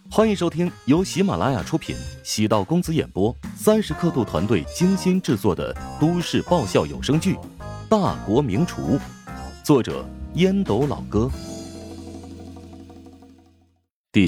欢迎收听由喜马拉雅出品，喜道公子演播，30刻度团队精心制作的都市爆笑有声剧《大国名厨》，作者烟斗老哥，第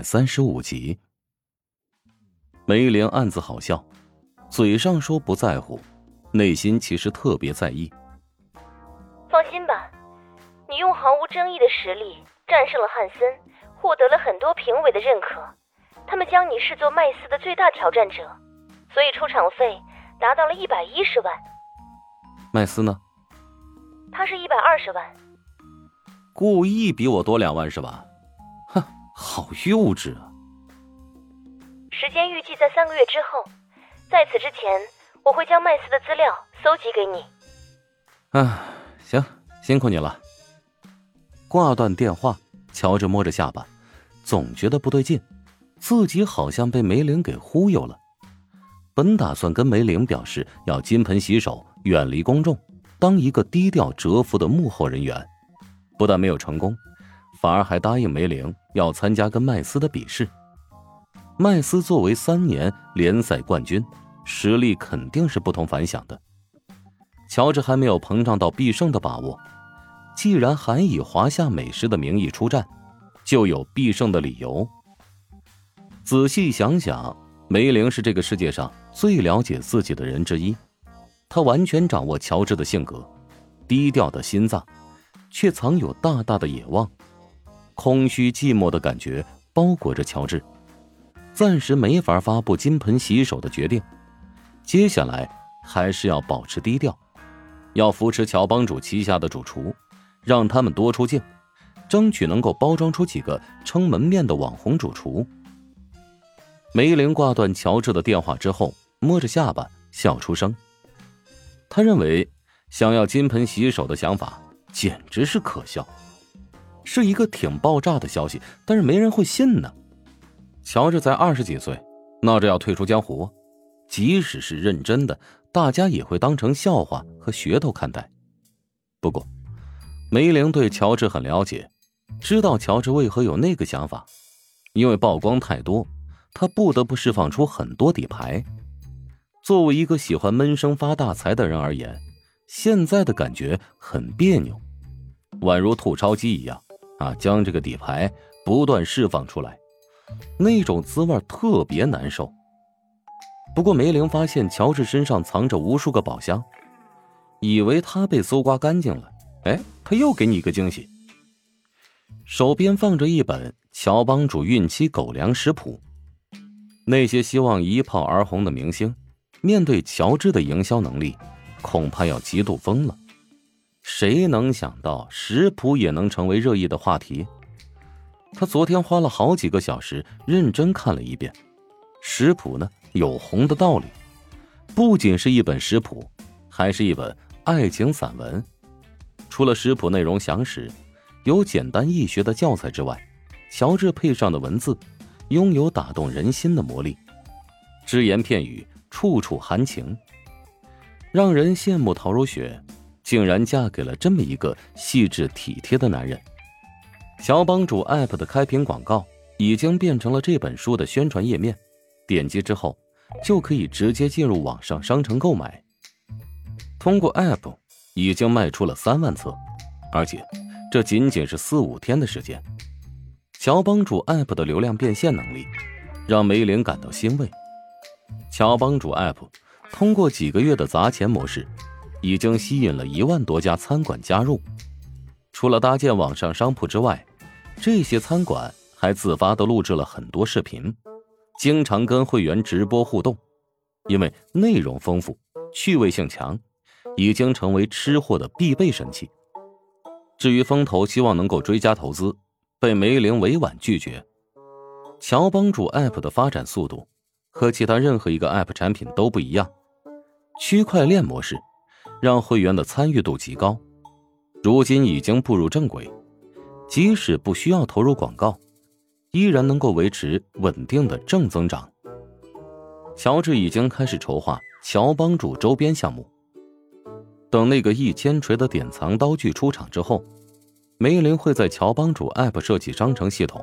735集。梅玲暗自好笑，嘴上说不在乎，内心其实特别在意。 放心吧，你用毫无争议的实力战胜了汉森，获得了很多评委的认可，他们将你视作麦斯的最大挑战者，所以出场费达到了110万。 麦斯呢？ 他是120万。 故意比我多2万是吧？哼，好幼稚啊！ 时间预计在3个月之后，在此之前，我会将麦斯的资料搜集给你。 行，辛苦你了。挂断电话，乔治摸着下巴，总觉得不对劲，自己好像被梅玲给忽悠了。本打算跟梅玲表示要金盆洗手，远离公众，当一个低调蛰伏的幕后人员，不但没有成功，反而还答应梅玲要参加跟麦斯的比试。麦斯作为3年联赛冠军，实力肯定是不同凡响的。乔治还没有膨胀到必胜的把握，既然还以华夏美食的名义出战，就有必胜的理由。仔细想想，梅玲是这个世界上最了解自己的人之一，她完全掌握乔治的性格，低调的心脏，却藏有大大的野望，空虚寂寞的感觉包裹着乔治，暂时没法发布金盆洗手的决定。接下来还是要保持低调，要扶持乔帮主旗下的主厨，让他们多出镜，争取能够包装出几个撑门面的网红主厨。梅玲挂断乔治的电话之后，摸着下巴笑出声。他认为想要金盆洗手的想法简直是可笑，是一个挺爆炸的消息，但是没人会信呢。乔治才20几岁，闹着要退出江湖，即使是认真的，大家也会当成笑话和噱头看待。不过梅玲对乔治很了解，知道乔治为何有那个想法，因为曝光太多，他不得不释放出很多底牌。作为一个喜欢闷声发大财的人而言，现在的感觉很别扭，宛如吐钞机一样将这个底牌不断释放出来，那种滋味特别难受。不过梅玲发现乔治身上藏着无数个宝箱，以为他被搜刮干净了，他又给你一个惊喜。手边放着一本乔帮主孕期狗粮食谱，那些希望一炮而红的明星，面对乔治的营销能力，恐怕要极度疯了。谁能想到食谱也能成为热议的话题？他昨天花了好几个小时认真看了一遍，食谱呢有红的道理，不仅是一本食谱，还是一本爱情散文。除了食谱内容详实，有简单易学的教材之外，乔治配上的文字拥有打动人心的魔力，只言片语处处含情，让人羡慕陶如雪竟然嫁给了这么一个细致体贴的男人。乔帮主 App 的开屏广告已经变成了这本书的宣传页面，点击之后就可以直接进入网上商城购买。通过 App 已经卖出了3万册，而且这仅仅是4-5天的时间。乔帮主 App 的流量变现能力让梅玲感到欣慰。乔帮主 App 通过几个月的砸钱模式，已经吸引了1万多家餐馆加入。除了搭建网上商铺之外，这些餐馆还自发地录制了很多视频，经常跟会员直播互动，因为内容丰富，趣味性强，已经成为吃货的必备神器。至于风投希望能够追加投资，被梅玲委婉拒绝。乔帮主 App 的发展速度和其他任何一个 App 产品都不一样，区块链模式让会员的参与度极高，如今已经步入正轨，即使不需要投入广告，依然能够维持稳定的正增长。乔治已经开始筹划乔帮主周边项目，等那个1000锤的典藏刀具出厂之后，梅林会在乔帮主 App 设计商城系统，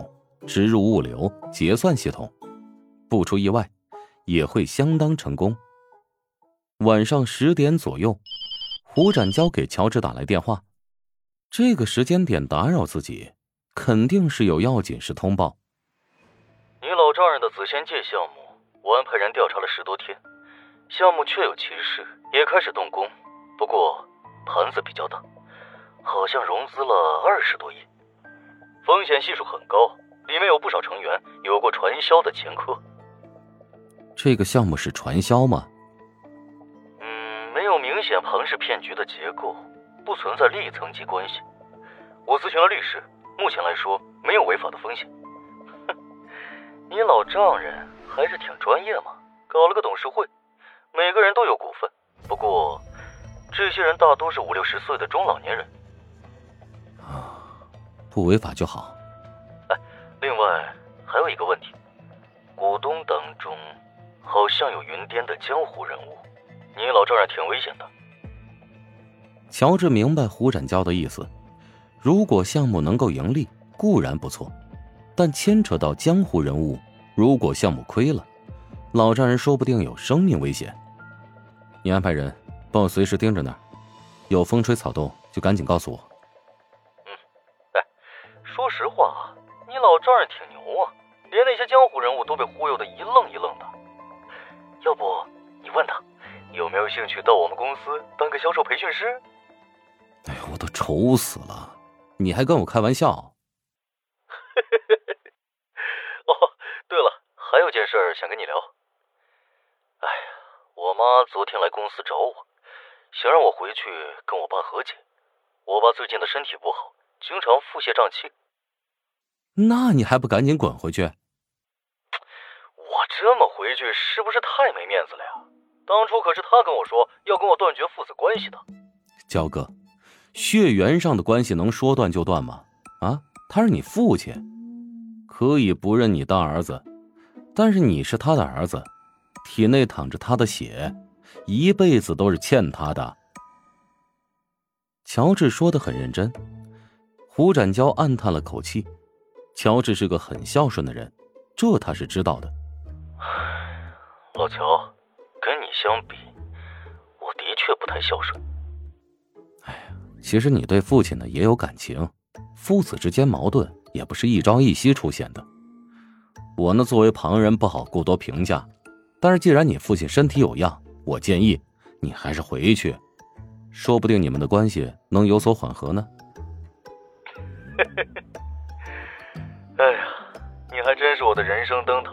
植入物流结算系统，不出意外也会相当成功。晚上10点左右，胡展娇给乔治打来电话，这个时间点打扰自己，肯定是有要紧事通报。 你老丈人的紫仙界项目，我安排人调查了10多天，项目确有其事，也开始动工，不过盘子比较大，好像融资了20多亿，风险系数很高，里面有不少成员有过传销的前科。 这个项目是传销吗？ 没有明显庞氏骗局的结构，不存在利益层级关系。我咨询了律师，目前来说没有违法的风险。你老丈人还是挺专业嘛，搞了个董事会，每个人都有股份，不过这些人大多是50、60岁的中老年人。 不违法就好。 另外还有一个问题，股东当中好像有云巅的江湖人物，你老丈人挺危险的。 乔治明白胡展娇的意思，如果项目能够盈利固然不错，但牵扯到江湖人物，如果项目亏了，老丈人说不定有生命危险。你安排人帮我随时盯着那儿，有风吹草动就赶紧告诉我。 说实话，你老丈人挺牛啊，连那些江湖人物都被忽悠得一愣一愣的。要不你问他有没有兴趣到我们公司当个销售培训师？ 哎呀，我都愁死了，你还跟我开玩笑？ 哦，对了，还有件事想跟你聊。哎呀，我妈昨天来公司找我，想让我回去跟我爸和解。我爸最近的身体不好，经常腹泻胀气。 那你还不赶紧滚回去？ 我这么回去是不是太没面子了呀？当初可是他跟我说要跟我断绝父子关系的。 焦哥，血缘上的关系能说断就断吗？啊，他是你父亲，可以不认你当儿子，但是你是他的儿子，体内淌着他的血，一辈子都是欠他的。乔治说得很认真。胡展娇暗叹了口气，乔治是个很孝顺的人，这他是知道的。 老乔，跟你相比，我的确不太孝顺。 哎呀，其实你对父亲呢也有感情，父子之间矛盾也不是一朝一夕出现的。我呢作为旁人不好过多评价，但是既然你父亲身体有恙，我建议你还是回去，说不定你们的关系能有所缓和呢。 哎呀，你还真是我的人生灯塔。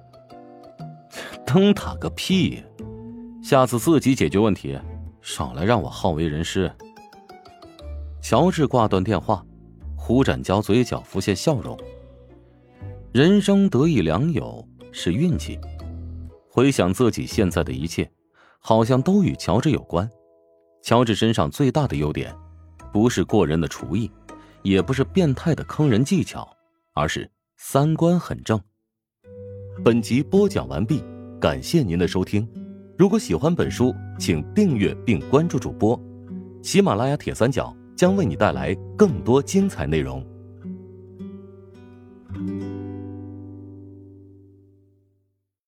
灯塔个屁，下次自己解决问题，少来让我好为人师。乔治挂断电话，胡展娇嘴角浮现笑容。人生得意良友是运气，回想自己现在的一切，好像都与乔治有关。乔治身上最大的优点，不是过人的厨艺，也不是变态的坑人技巧，而是三观很正。本集播讲完毕，感谢您的收听。如果喜欢本书，请订阅并关注主播。喜马拉雅铁三角将为你带来更多精彩内容。